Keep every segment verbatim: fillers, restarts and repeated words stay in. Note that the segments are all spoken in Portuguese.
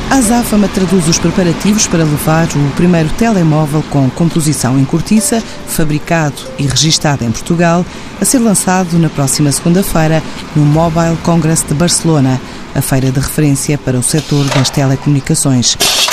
A Azáfama traduz os preparativos para levar o primeiro telemóvel com composição em cortiça, fabricado e registado em Portugal, a ser lançado na próxima segunda-feira no Mobile Congress de Barcelona, a feira de referência para o setor das telecomunicações.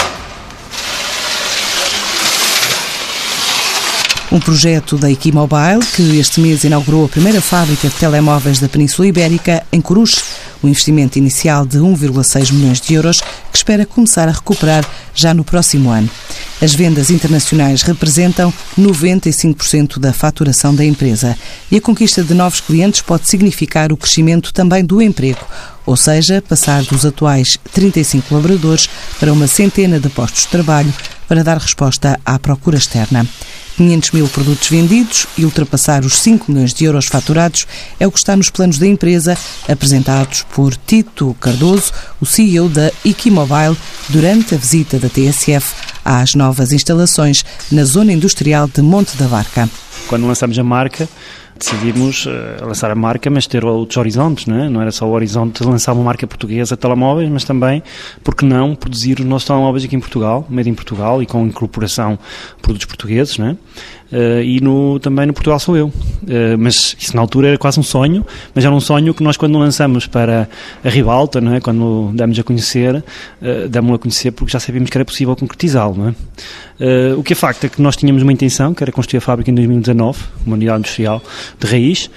Um projeto da Equimobile, que este mês inaugurou a primeira fábrica de telemóveis da Península Ibérica, em Coruche, um investimento inicial de um vírgula seis milhões de euros, que espera começar a recuperar já no próximo ano. As vendas internacionais representam noventa e cinco por cento da faturação da empresa e a conquista de novos clientes pode significar o crescimento também do emprego, ou seja, passar dos atuais trinta e cinco colaboradores para uma centena de postos de trabalho para dar resposta à procura externa. quinhentos mil produtos vendidos e ultrapassar os cinco milhões de euros faturados é o que está nos planos da empresa, apresentados por Tito Cardoso, o C E O da Equimobile, durante a visita da T S F às novas instalações na zona industrial de Monte da Barca. Quando lançamos a marca, decidimos uh, lançar a marca, mas ter outros horizontes, não é? Não era só o horizonte de lançar uma marca portuguesa de telemóveis, mas também, por que não, produzir os nossos telemóveis aqui em Portugal, made in Portugal e com incorporação de produtos portugueses, não é? Uh, e no, também no Portugal sou eu. Uh, mas isso na altura era quase um sonho, mas era um sonho que nós quando lançamos para a Ribalta, não é? Quando demos a conhecer, uh, demos-o a conhecer porque já sabíamos que era possível concretizá-lo, não é? Uh, o que é facto é que nós tínhamos uma intenção, que era construir a fábrica em dois mil e dezanove, uma unidade industrial de raiz,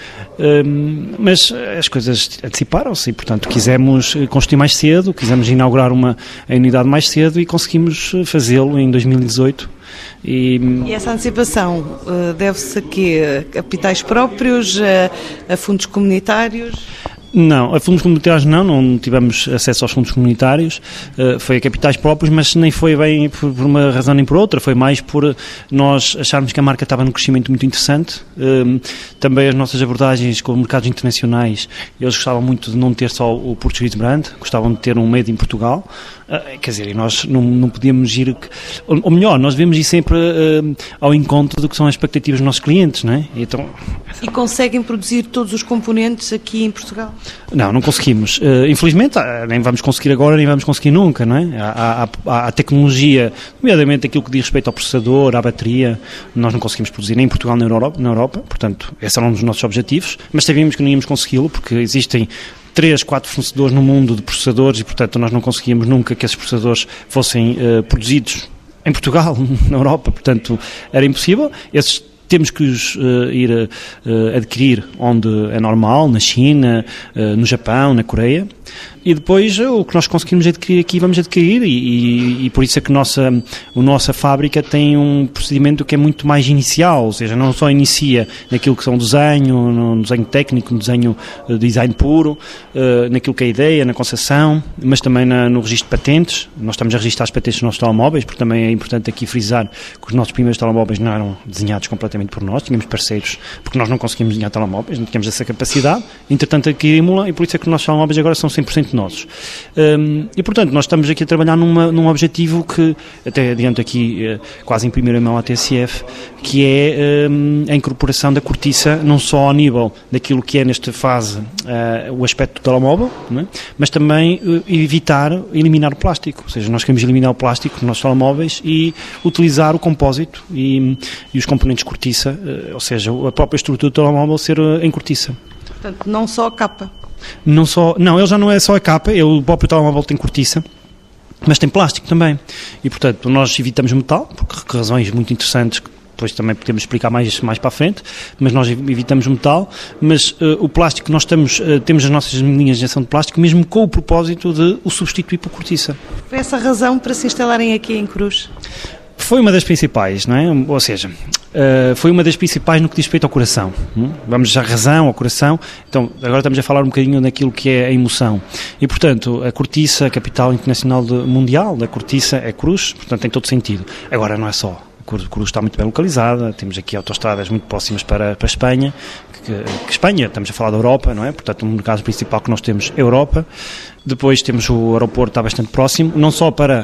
uh, mas as coisas anteciparam-se e, portanto, quisemos construir mais cedo, quisemos inaugurar uma a unidade mais cedo e conseguimos fazê-lo em dois mil e dezoito. E, e essa antecipação uh, deve-se a quê? A capitais próprios, a, a fundos comunitários? Não, a fundos comunitários não, não tivemos acesso aos fundos comunitários, uh, foi a capitais próprios, mas nem foi bem por, por uma razão nem por outra, foi mais por nós acharmos que a marca estava num crescimento muito interessante, uh, também as nossas abordagens com mercados internacionais, eles gostavam muito de não ter só o Portuguese Brand, gostavam de ter um made in Portugal, uh, quer dizer, e nós não, não podíamos ir, ou, ou melhor, nós devemos ir sempre uh, ao encontro do que são as expectativas dos nossos clientes, não é? E, então, e conseguem produzir todos os componentes aqui em Portugal? Não, não conseguimos. Uh, infelizmente, nem vamos conseguir agora, nem vamos conseguir nunca, não é? Há, há, há tecnologia, nomeadamente aquilo que diz respeito ao processador, à bateria, nós não conseguimos produzir nem em Portugal nem na Europa, na Europa, portanto, esse era um dos nossos objetivos, mas sabíamos que não íamos consegui-lo, porque existem três, quatro fornecedores no mundo de processadores e, portanto, nós não conseguíamos nunca que esses processadores fossem uh, produzidos em Portugal, na Europa, portanto, era impossível. Esses temos que os uh, ir uh, adquirir onde é normal, na China, uh, no Japão, na Coreia. E depois o que nós conseguimos adquirir aqui vamos adquirir e, e, e por isso é que nossa, a nossa fábrica tem um procedimento que é muito mais inicial, ou seja, não só inicia naquilo que são desenho, no desenho técnico, no desenho uh, design puro, uh, naquilo que é a ideia, na concepção, mas também na, no registro de patentes. Nós estamos a registrar as patentes dos nossos telemóveis, porque também é importante aqui frisar que os nossos primeiros telemóveis não eram desenhados completamente por nós, tínhamos parceiros, porque nós não conseguimos desenhar telemóveis, não tínhamos essa capacidade, entretanto adquirimos-la e por isso é que os nossos telemóveis agora são cem por cento nossos. Um, e, portanto, nós estamos aqui a trabalhar numa, num objetivo que, até adianto aqui, uh, quase em primeira mão à T S F, que é um, a incorporação da cortiça, não só ao nível daquilo que é, nesta fase, uh, o aspecto do telemóvel, não é? Mas também uh, evitar, eliminar o plástico. Ou seja, nós queremos eliminar o plástico dos nossos telemóveis e utilizar o compósito e, e os componentes de cortiça, uh, ou seja, a própria estrutura do telemóvel ser uh, em cortiça. Portanto, não só a capa. Não, só, não, ele já não é só a capa, ele, o próprio telemóvel tem cortiça, mas tem plástico também. E, portanto, nós evitamos metal, por razões muito interessantes que depois também podemos explicar mais, mais para a frente, mas nós evitamos metal, mas uh, o plástico, nós estamos, uh, temos as nossas linhas de injeção de plástico, mesmo com o propósito de o substituir por cortiça. Foi essa a razão para se instalarem aqui em Coruche? Foi uma das principais, não é? Ou seja, uh, foi uma das principais no que diz respeito ao coração. Hum? Vamos à razão, ao coração. Então, agora estamos a falar um bocadinho daquilo que é a emoção. E, portanto, a cortiça, a capital internacional de, mundial da cortiça é Coruche, portanto, tem todo sentido. Agora, não é só. Coruche está muito bem localizada, temos aqui autoestradas muito próximas para, para a Espanha, que, que Espanha, estamos a falar da Europa, não é? Portanto, o mercado principal que nós temos é a Europa. Depois temos o aeroporto, está bastante próximo, não só para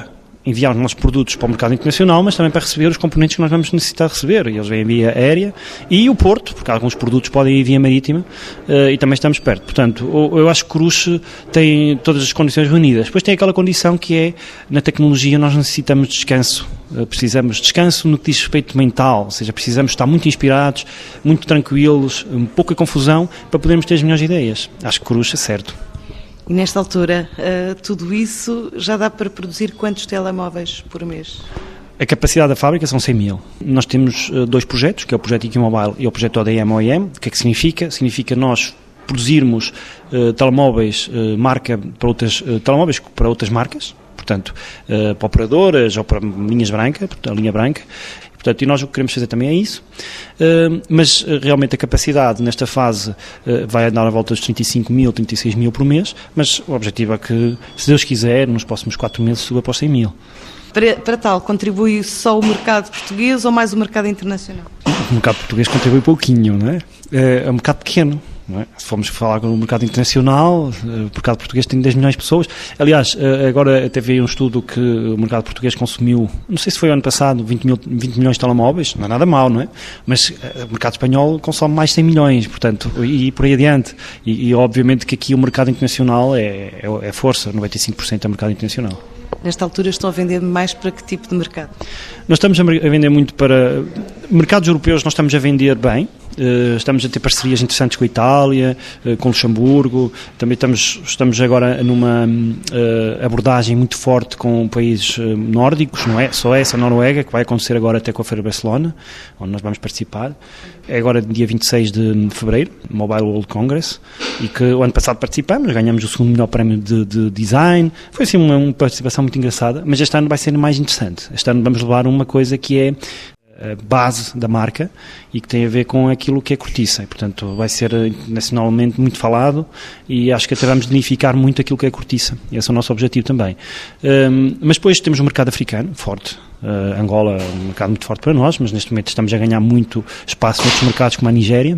enviar os nossos produtos para o mercado internacional, mas também para receber os componentes que nós vamos necessitar receber. E eles vêm via aérea e o porto, porque alguns produtos podem ir via marítima, uh, e também estamos perto. Portanto, eu acho que Coruche tem todas as condições reunidas. Depois tem aquela condição que é, na tecnologia nós necessitamos de descanso. Uh, precisamos de descanso no que diz respeito mental, ou seja, precisamos estar muito inspirados, muito tranquilos, um pouca confusão, para podermos ter as melhores ideias. Acho que Coruche é certo. E nesta altura, uh, tudo isso já dá para produzir quantos telemóveis por mês? A capacidade da fábrica são cem mil. Nós temos uh, dois projetos, que é o projeto Equimobile e o projeto O D M O E M. O que é que significa? Significa nós produzirmos uh, telemóveis, uh, marca para outras, uh, telemóveis para outras marcas, portanto, uh, para operadoras ou para linhas brancas, a linha branca. Portanto, e nós o que queremos fazer também é isso, uh, mas uh, realmente a capacidade nesta fase uh, vai andar à volta dos trinta e cinco mil, trinta e seis mil por mês, mas o objetivo é que, se Deus quiser, nos próximos quatro meses suba para os cem mil. Para, para tal, contribui só o mercado português ou mais o mercado internacional? O mercado português contribui pouquinho, não é? É um mercado pequeno. Não é? Se formos falar com o mercado internacional, o mercado português tem dez milhões de pessoas. Aliás, agora até veio um estudo que o mercado português consumiu, não sei se foi ano passado, vinte milhões de telemóveis, não é nada mau, não é? Mas o mercado espanhol consome mais de cem milhões, portanto, e, e por aí adiante. E, e obviamente que aqui o mercado internacional é, é, é força, noventa e cinco por cento é mercado internacional. Nesta altura estão a vender mais para que tipo de mercado? Nós estamos a vender muito para mercados europeus, nós estamos a vender bem. Uh, estamos a ter parcerias interessantes com a Itália, uh, com o Luxemburgo, também estamos, estamos agora numa uh, abordagem muito forte com países uh, nórdicos, não é só essa, a Noruega, que vai acontecer agora até com a Feira de Barcelona, onde nós vamos participar. É agora dia vinte e seis de fevereiro, Mobile World Congress, e que o ano passado participamos, ganhamos o segundo melhor prémio de, de design, foi assim uma, uma participação muito engraçada, mas este ano vai ser mais interessante. Este ano vamos levar uma coisa que é a base da marca e que tem a ver com aquilo que é cortiça, e, portanto vai ser nacionalmente muito falado e acho que até vamos dignificar muito aquilo que é cortiça, e esse é o nosso objetivo também. Um, mas depois temos o mercado africano, forte. Uh, Angola é um mercado muito forte para nós, mas neste momento estamos a ganhar muito espaço noutros mercados como a Nigéria.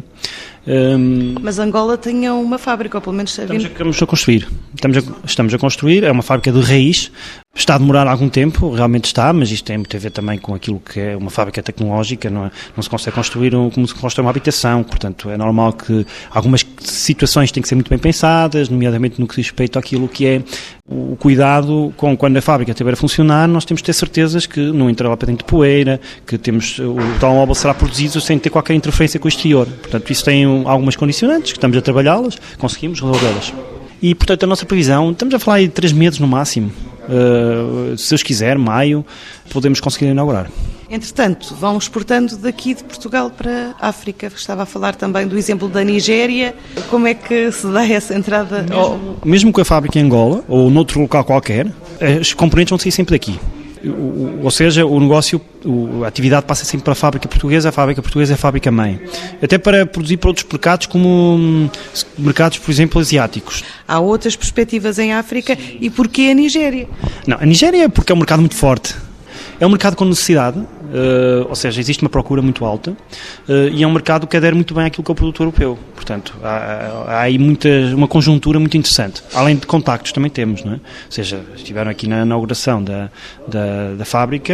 Um, mas Angola tinha uma fábrica, ou pelo menos... Estamos a, estamos a construir, estamos a, estamos a construir, é uma fábrica de raiz, está a demorar algum tempo, realmente está, mas isto tem muito a ver também com aquilo que é uma fábrica tecnológica, não, é? Não se consegue construir um, como se constrói uma habitação, portanto é normal que algumas situações têm que ser muito bem pensadas, nomeadamente no que diz respeito àquilo que é o cuidado com quando a fábrica estiver a funcionar, nós temos de ter certezas que não entrará para dentro de poeira, que temos, o telemóvel será produzido sem ter qualquer interferência com o exterior, portanto isso tem algumas condicionantes, que estamos a trabalhá-las, conseguimos resolvê-las. E, portanto, a nossa previsão, estamos a falar de três meses no máximo, uh, se Deus quiser, maio, podemos conseguir inaugurar. Entretanto, vão exportando daqui de Portugal para a África. Estava a falar também do exemplo da Nigéria. Como é que se dá essa entrada? Mesmo, mesmo com a fábrica em Angola, ou noutro local qualquer, os componentes vão sair sempre daqui. Ou seja, o negócio, a atividade passa sempre para a fábrica portuguesa, a fábrica portuguesa é a fábrica mãe. Até para produzir para outros mercados, como mercados, por exemplo, asiáticos. Há outras perspectivas em África. E porquê a Nigéria? Não, a Nigéria é porque é um mercado muito forte. É um mercado com necessidade, uh, ou seja, existe uma procura muito alta uh, e é um mercado que adere muito bem àquilo que é o produto europeu. Portanto, há, há aí muita, uma conjuntura muito interessante. Além de contactos também temos, não é? Ou seja, estiveram aqui na inauguração da, da, da fábrica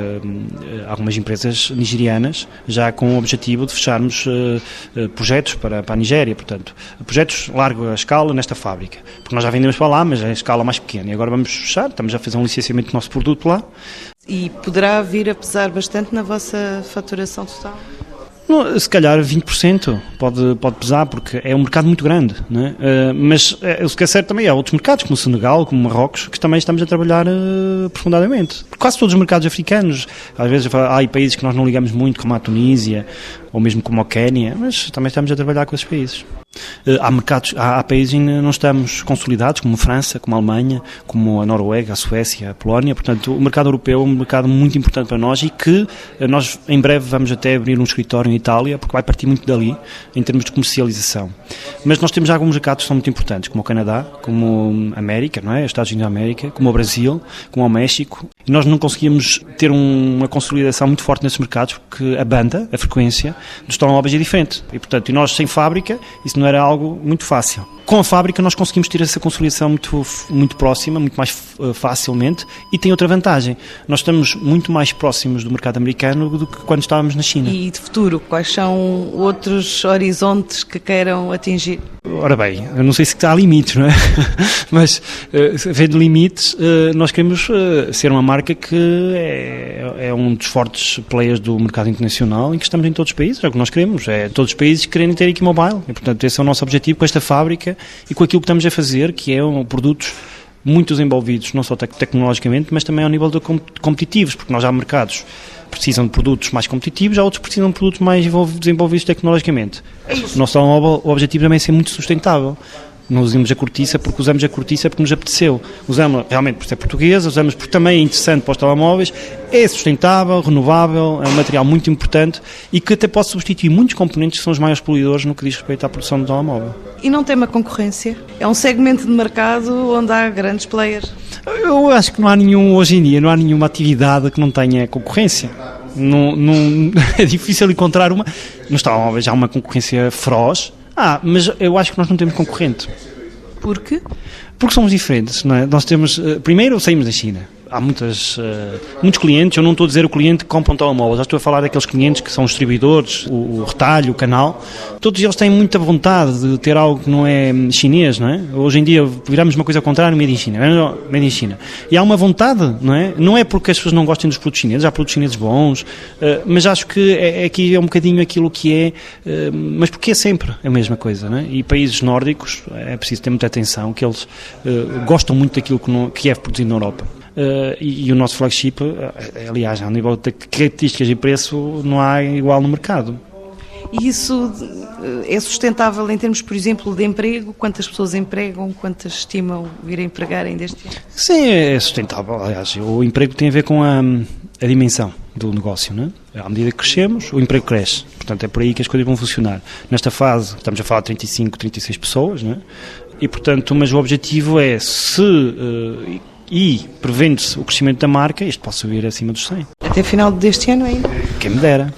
uh, algumas empresas nigerianas já com o objetivo de fecharmos uh, uh, projetos para, para a Nigéria, portanto, projetos larga escala nesta fábrica. Porque nós já vendemos para lá, mas é a escala mais pequena. E agora vamos fechar, estamos a fazer um licenciamento do nosso produto lá. E poderá vir a pesar bastante na vossa faturação total? Não, se calhar vinte por cento pode, pode pesar, porque é um mercado muito grande, não é? Uh, mas uh, o que é certo também há outros mercados, como o Senegal, como Marrocos, que também estamos a trabalhar uh, aprofundadamente. Por quase todos os mercados africanos, às vezes há aí países que nós não ligamos muito, como a Tunísia, ou mesmo como a Quénia, mas também estamos a trabalhar com esses países. Uh, há mercados, há, há países que ainda não estamos consolidados, como a França, como a Alemanha, como a Noruega, a Suécia, a Polónia. Portanto, o mercado europeu é um mercado muito importante para nós e que uh, nós em breve vamos até abrir um escritório em Itália, porque vai partir muito dali em termos de comercialização. Mas nós temos alguns mercados que são muito importantes, como o Canadá, como a América, não é? Os Estados Unidos da América, como o Brasil, como o México. E nós não conseguíamos ter um, uma consolidação muito forte nesses mercados, porque a banda, a frequência dos telemóveis é diferente. E, portanto, e nós sem fábrica, isso não era algo muito fácil. Com a fábrica nós conseguimos ter essa consolidação muito, muito próxima, muito mais uh, facilmente, e tem outra vantagem. Nós estamos muito mais próximos do mercado americano do que quando estávamos na China. E de futuro, quais são outros horizontes que queiram atingir? Ora bem, eu não sei se há limites, não é? Mas, uh, vendo limites, uh, nós queremos uh, ser uma marca que é, é um dos fortes players do mercado internacional, em que estamos em todos os países, é o que nós queremos, é todos os países querem ter Equimobile, e portanto esse é o nosso objetivo com esta fábrica e com aquilo que estamos a fazer, que é um, produtos muito desenvolvidos, não só tec- tecnologicamente, mas também ao nível de com- competitivos, porque nós há mercados que precisam de produtos mais competitivos, há outros que precisam de produtos mais desenvolvidos tecnologicamente. O nosso telemóvel, o objetivo também é ser muito sustentável. Não usamos a cortiça porque usamos a cortiça porque nos apeteceu. Usamos realmente por ser portuguesa, usamos porque também é interessante para os telemóveis, é sustentável, renovável, é um material muito importante e que até pode substituir muitos componentes que são os maiores poluidores no que diz respeito à produção do telemóvel. E não tem uma concorrência? É um segmento de mercado onde há grandes players? Eu acho que não há nenhum, hoje em dia, não há nenhuma atividade que não tenha concorrência. Não, não, é difícil encontrar uma. Nos telemóveis há uma concorrência feroz. Ah, mas eu acho que nós não temos concorrente. Por quê? Porque somos diferentes, não é? Nós temos, primeiro saímos da China. Há muitas, uh, muitos clientes, eu não estou a dizer o cliente que compra um telemóvel, já estou a falar daqueles clientes que são os distribuidores, o, o retalho, o canal. Todos eles têm muita vontade de ter algo que não é chinês, não é? Hoje em dia viramos uma coisa ao contrário, made in China, made in China. E há uma vontade, não é? Não é porque as pessoas não gostem dos produtos chineses, há produtos chineses bons, uh, mas acho que é, é aqui é um bocadinho aquilo que é, uh, mas porque é sempre a mesma coisa, não é? E países nórdicos, é preciso ter muita atenção, que eles uh, gostam muito daquilo que, não, que é produzido na Europa. Uh, e, e o nosso flagship, uh, aliás, ao nível de características e preço, não há igual no mercado. E isso é sustentável em termos, por exemplo, de emprego? Quantas pessoas empregam? Quantas estimam vir a empregar ainda este ano? Sim, é sustentável. Aliás, o emprego tem a ver com a, a dimensão do negócio, não é? À medida que crescemos, o emprego cresce. Portanto, é por aí que as coisas vão funcionar. Nesta fase, estamos a falar de trinta e cinco, trinta e seis pessoas, não é? E, portanto, mas o objetivo é, se... Uh, e, prevendo-se o crescimento da marca, isto pode subir acima dos cem. Até final deste ano ainda? Quem me dera.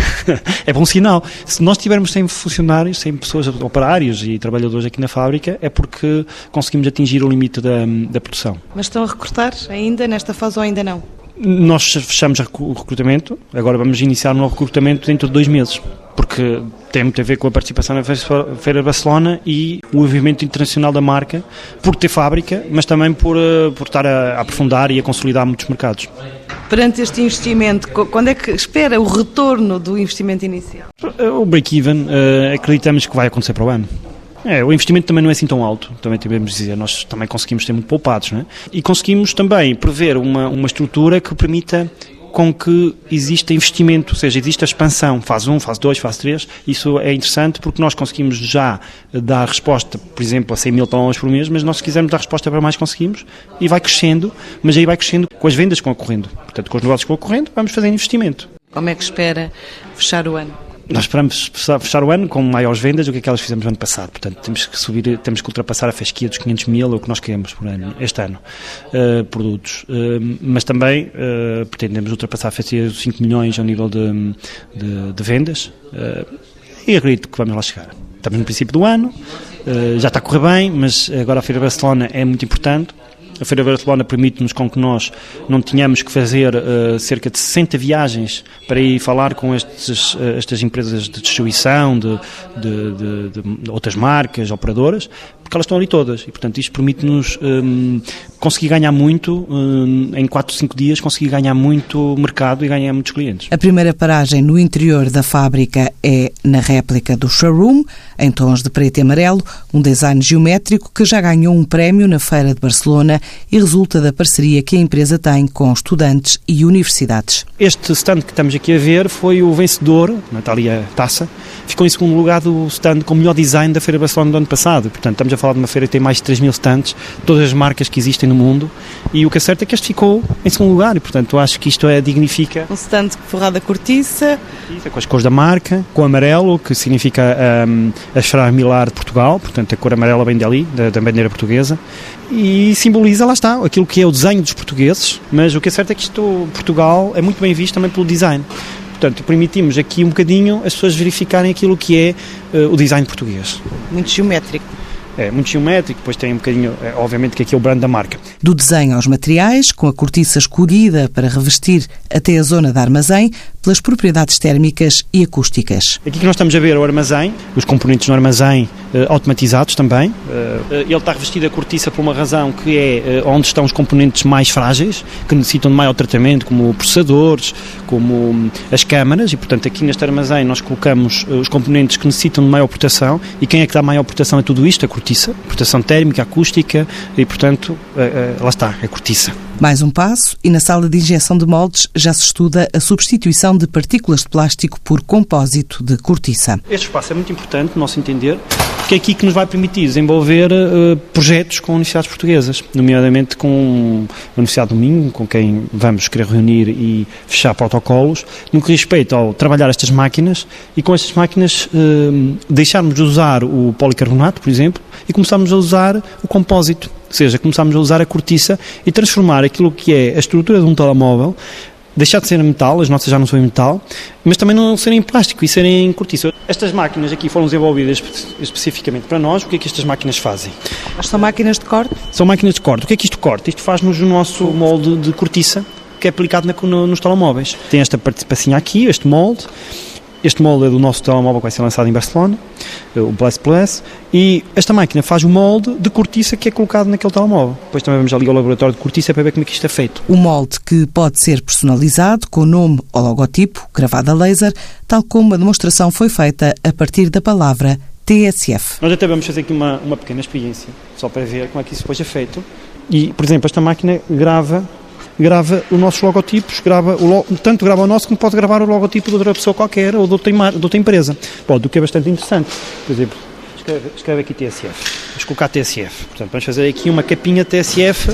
É bom sinal. Se nós tivermos cem funcionários, cem pessoas, operários e trabalhadores aqui na fábrica, é porque conseguimos atingir o limite da, da produção. Mas estão a recrutar ainda nesta fase ou ainda não? Nós fechamos o recrutamento, agora vamos iniciar um novo recrutamento dentro de dois meses. Porque tem muito a ver com a participação na Feira de Barcelona e o movimento internacional da marca, por ter fábrica, mas também por, por estar a aprofundar e a consolidar muitos mercados. Perante este investimento, quando é que espera o retorno do investimento inicial? O break-even, uh, acreditamos que vai acontecer para o ano. É, o investimento também não é assim tão alto, também devemos dizer, nós também conseguimos ter muito poupados, não é? E conseguimos também prever uma, uma estrutura que permita com que exista investimento, ou seja, existe a expansão, fase um, fase dois, fase três, isso é interessante porque nós conseguimos já dar resposta, por exemplo, a cem mil telemóveis por mês, mas nós se quisermos dar resposta para mais conseguimos e vai crescendo, mas aí vai crescendo com as vendas que vão ocorrendo, portanto com os negócios que vão ocorrendo vamos fazer investimento. Como é que espera fechar o ano? Nós esperamos fechar o ano com maiores vendas do que aquelas que fizemos no ano passado. Portanto, temos que subir, temos que ultrapassar a fasquia dos quinhentos mil, é o que nós queremos por ano, este ano, uh, produtos. Uh, mas também uh, pretendemos ultrapassar a fasquia dos cinco milhões ao nível de, de, de vendas uh, e acredito que vamos lá chegar. Estamos no princípio do ano, uh, já está a correr bem, mas agora a Feira de Barcelona é muito importante. A Feira de Barcelona permite-nos com que nós não tenhamos que fazer uh, cerca de sessenta viagens para ir falar com estes, uh, estas empresas de distribuição, de, de, de, de outras marcas, operadoras, porque elas estão ali todas e, portanto, isto permite-nos um, conseguir ganhar muito, um, em quatro, cinco dias, conseguir ganhar muito mercado e ganhar muitos clientes. A primeira paragem no interior da fábrica é na réplica do showroom, em tons de preto e amarelo, um design geométrico que já ganhou um prémio na Feira de Barcelona e resulta da parceria que a empresa tem com estudantes e universidades. Este stand que estamos aqui a ver foi o vencedor, está ali a taça, ficou em segundo lugar do stand com o melhor design da Feira de Barcelona do ano passado. Portanto, estamos a falar de uma feira que tem mais de três mil stands, todas as marcas que existem no mundo, e o que é certo é que este ficou em segundo lugar, e portanto acho que isto é, dignifica... Um stand forrado a cortiça. Com as cores da marca, com o amarelo, que significa um, a Estrela Milar de Portugal, portanto a cor amarela vem dali, da, da bandeira portuguesa, e simboliza potencializa, lá está, aquilo que é o desenho dos portugueses, mas o que é certo é que isto, Portugal, é muito bem visto também pelo design. Portanto, permitimos aqui um bocadinho as pessoas verificarem aquilo que é uh, o design português. Muito geométrico. É, muito geométrico, depois tem um bocadinho, é, obviamente, que aqui é o brand da marca. Do desenho aos materiais, com a cortiça escolhida para revestir até a zona de armazém, pelas propriedades térmicas e acústicas. Aqui que nós estamos a ver o armazém, os componentes no armazém eh, automatizados também. Eh, ele está revestido a cortiça por uma razão que é eh, onde estão os componentes mais frágeis, que necessitam de maior tratamento, como processadores, como hum, as câmaras, e portanto aqui neste armazém nós colocamos eh, os componentes que necessitam de maior proteção, e quem é que dá maior proteção a tudo isto? A cortiça, proteção térmica, acústica, e portanto, eh, eh, lá está, a cortiça. Mais um passo, e na sala de injeção de moldes já se estuda a substituição de partículas de plástico por compósito de cortiça. Este espaço é muito importante, no nosso entender, porque é aqui que nos vai permitir desenvolver uh, projetos com universidades portuguesas, nomeadamente com a Universidade do Minho, com quem vamos querer reunir e fechar protocolos, no que respeita ao trabalhar estas máquinas, e com estas máquinas uh, deixarmos de usar o policarbonato, por exemplo, e começarmos a usar o compósito. Ou seja, começámos a usar a cortiça e transformar aquilo que é a estrutura de um telemóvel, deixar de ser em metal, as nossas já não são em metal, mas também não serem em plástico e serem em cortiça. Estas máquinas aqui foram desenvolvidas espe- especificamente para nós. O que é que estas máquinas fazem? Mas são máquinas de corte? São máquinas de corte. O que é que isto corta? Isto faz-nos o nosso molde de cortiça, que é aplicado na, no, nos telemóveis. Tem esta participação aqui, este molde. Este molde é do nosso telemóvel que vai ser lançado em Barcelona, o Bless Bless, e esta máquina faz o molde de cortiça que é colocado naquele telemóvel. Depois também vamos ali ao laboratório de cortiça para ver como é que isto é feito. O molde que pode ser personalizado com o nome ou logotipo, gravado a laser, tal como a demonstração foi feita a partir da palavra T S F. Nós até vamos fazer aqui uma, uma pequena experiência, só para ver como é que isso depois é feito. E, por exemplo, esta máquina grava... grava os nossos logotipos, grava o, tanto grava o nosso como pode gravar o logotipo de outra pessoa qualquer ou de outra, de outra empresa. Pode, o que é bastante interessante. Por exemplo, escreve, escreve aqui T S F. Vamos colocar T S F. Portanto, vamos fazer aqui uma capinha T S F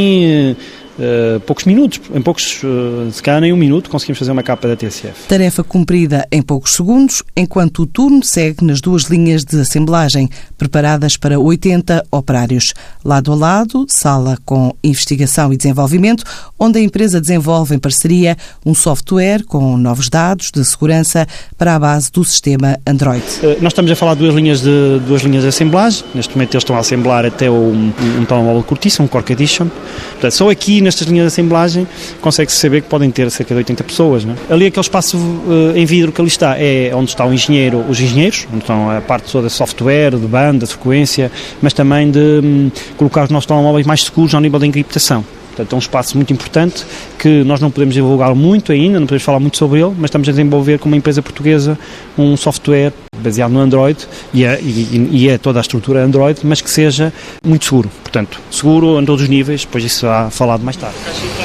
em uh, poucos minutos. Em poucos, uh, se calhar em um minuto, conseguimos fazer uma capa da T S F. Tarefa cumprida em poucos segundos, enquanto o turno segue nas duas linhas de assemblagem, preparadas para oitenta operários. Lado a lado, sala com investigação e desenvolvimento, onde a empresa desenvolve em parceria um software com novos dados de segurança para a base do sistema Android. Uh, nós estamos a falar de duas linhas de, duas linhas de assemblagem. Neste momento eles estão a assemblar até um, um telemóvel de cortiça, um Cork Edition. Portanto, só aqui nestas linhas de assemblagem consegue-se saber que podem ter cerca de oitenta pessoas. Não é? Ali aquele espaço uh, em vidro que ali está é onde está o engenheiro, os engenheiros, onde estão a parte toda de software, de banda, de frequência, mas também de um, colocar os nossos telemóveis mais seguros ao nível da encriptação. Portanto, é um espaço muito importante que nós não podemos divulgar muito ainda, não podemos falar muito sobre ele, mas estamos a desenvolver com uma empresa portuguesa um software baseado no Android e é, e, e é toda a estrutura Android, mas que seja muito seguro. Portanto, seguro em todos os níveis, depois isso será falado mais tarde.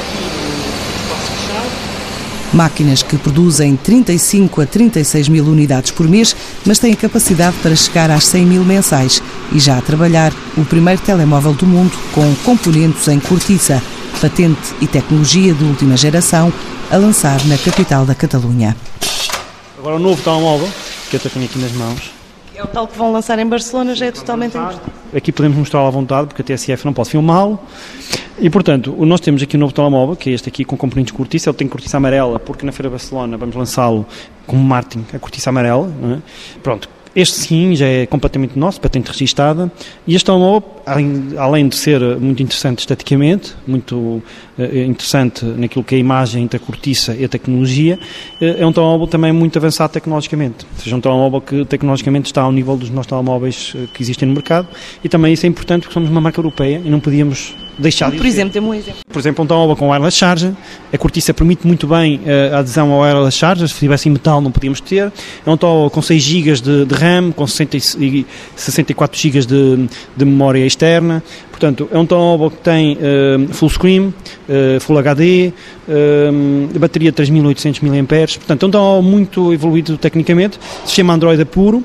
Máquinas que produzem trinta e cinco a trinta e seis mil unidades por mês, mas têm capacidade para chegar às cem mil mensais e já a trabalhar o primeiro telemóvel do mundo com componentes em cortiça, patente e tecnologia de última geração, a lançar na capital da Catalunha. Agora o novo telemóvel, que eu tenho aqui nas mãos. É o tal que vão lançar em Barcelona, já é totalmente em... Aqui podemos mostrá-lo à vontade, porque a T S F não pode filmá-lo. E, portanto, nós temos aqui um novo telemóvel, que é este aqui, com componentes de cortiça. Ele tem cortiça amarela, porque na Feira de Barcelona vamos lançá-lo como marketing, a cortiça amarela. Não é? Pronto. Este sim já é completamente nosso, patente registada, e este telemóvel, além, além de ser muito interessante esteticamente, muito uh, interessante naquilo que é a imagem entre a cortiça e a tecnologia, uh, é um telemóvel também muito avançado tecnologicamente, ou seja, um telemóvel que tecnologicamente está ao nível dos nossos telemóveis uh, que existem no mercado, e também isso é importante porque somos uma marca europeia e não podíamos deixar de Por exemplo, temos um exemplo. Por exemplo, um telemóvel com wireless charger, a cortiça permite muito bem uh, a adesão ao wireless charger, se tivesse em metal não podíamos ter, é um telemóvel com seis gigas de, de RAM, com sessenta e quatro gigas de, de memória externa, portanto é um telemóvel que tem uh, full screen, uh, full H D, uh, bateria de três mil e oitocentos miliampères-hora, portanto é um telemóvel muito evoluído tecnicamente, sistema Android a puro,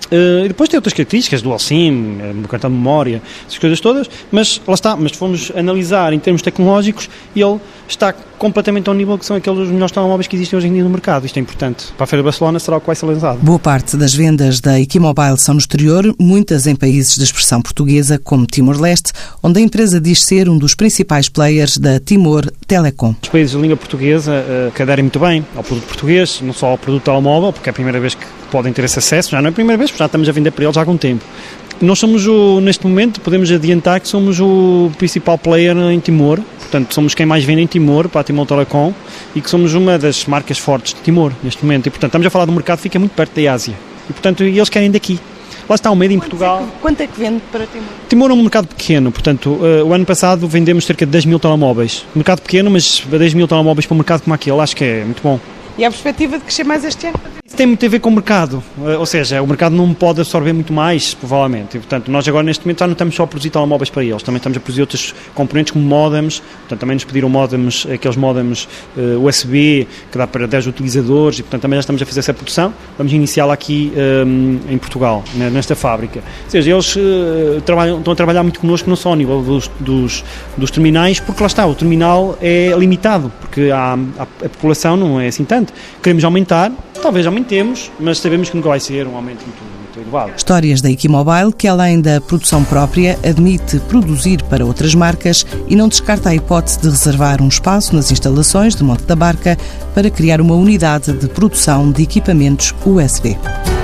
Uh, e depois tem outras características, dual SIM, uh, cartão de memória, essas coisas todas, mas lá está, mas fomos analisar em termos tecnológicos e ele está completamente ao nível que são aqueles melhores telemóveis que existem hoje em dia no mercado. Isto é importante. Para a Feira de Barcelona será o que vai ser lançado. Boa parte das vendas da Equimobile são no exterior, muitas em países de expressão portuguesa, como Timor-Leste, onde a empresa diz ser um dos principais players da Timor Telecom. Os países de língua portuguesa uh, que aderem muito bem ao produto português, não só ao produto telemóvel, porque é a primeira vez que podem ter esse acesso, já não é a primeira vez, porque já estamos a vender para eles há algum tempo. Nós somos, o, neste momento, podemos adiantar que somos o principal player em Timor, portanto somos quem mais vende em Timor, para a Timor Telecom, e que somos uma das marcas fortes de Timor, neste momento. E, portanto, estamos a falar de um mercado que fica muito perto da Ásia. E, portanto, eles querem daqui. Lá está o meio em Portugal. É que, quanto é que vende para Timor? Timor é um mercado pequeno, portanto, uh, o ano passado vendemos cerca de dez mil telemóveis. Mercado pequeno, mas dez mil telemóveis para um mercado como aquele, acho que é muito bom. E há a perspectiva de crescer mais este ano? Isso tem muito a ver com o mercado, ou seja, o mercado não pode absorver muito mais, provavelmente, e, portanto, nós agora neste momento já não estamos só a produzir telemóveis para eles, também estamos a produzir outros componentes como modems, portanto também nos pediram modems, aqueles modems uh, U S B, que dá para dez utilizadores, e portanto também já estamos a fazer essa produção, vamos iniciá-la aqui um, em Portugal, né, nesta fábrica. Ou seja, eles uh, trabalham, estão a trabalhar muito connosco, não só ao nível dos, dos, dos terminais, porque lá está, o terminal é limitado, porque há, há, a população não é assim tanto. Queremos aumentar, talvez aumentemos, mas sabemos que nunca vai ser um aumento muito, muito elevado. Histórias da Equimobile, que além da produção própria, admite produzir para outras marcas e não descarta a hipótese de reservar um espaço nas instalações de Monte da Barca para criar uma unidade de produção de equipamentos U S B.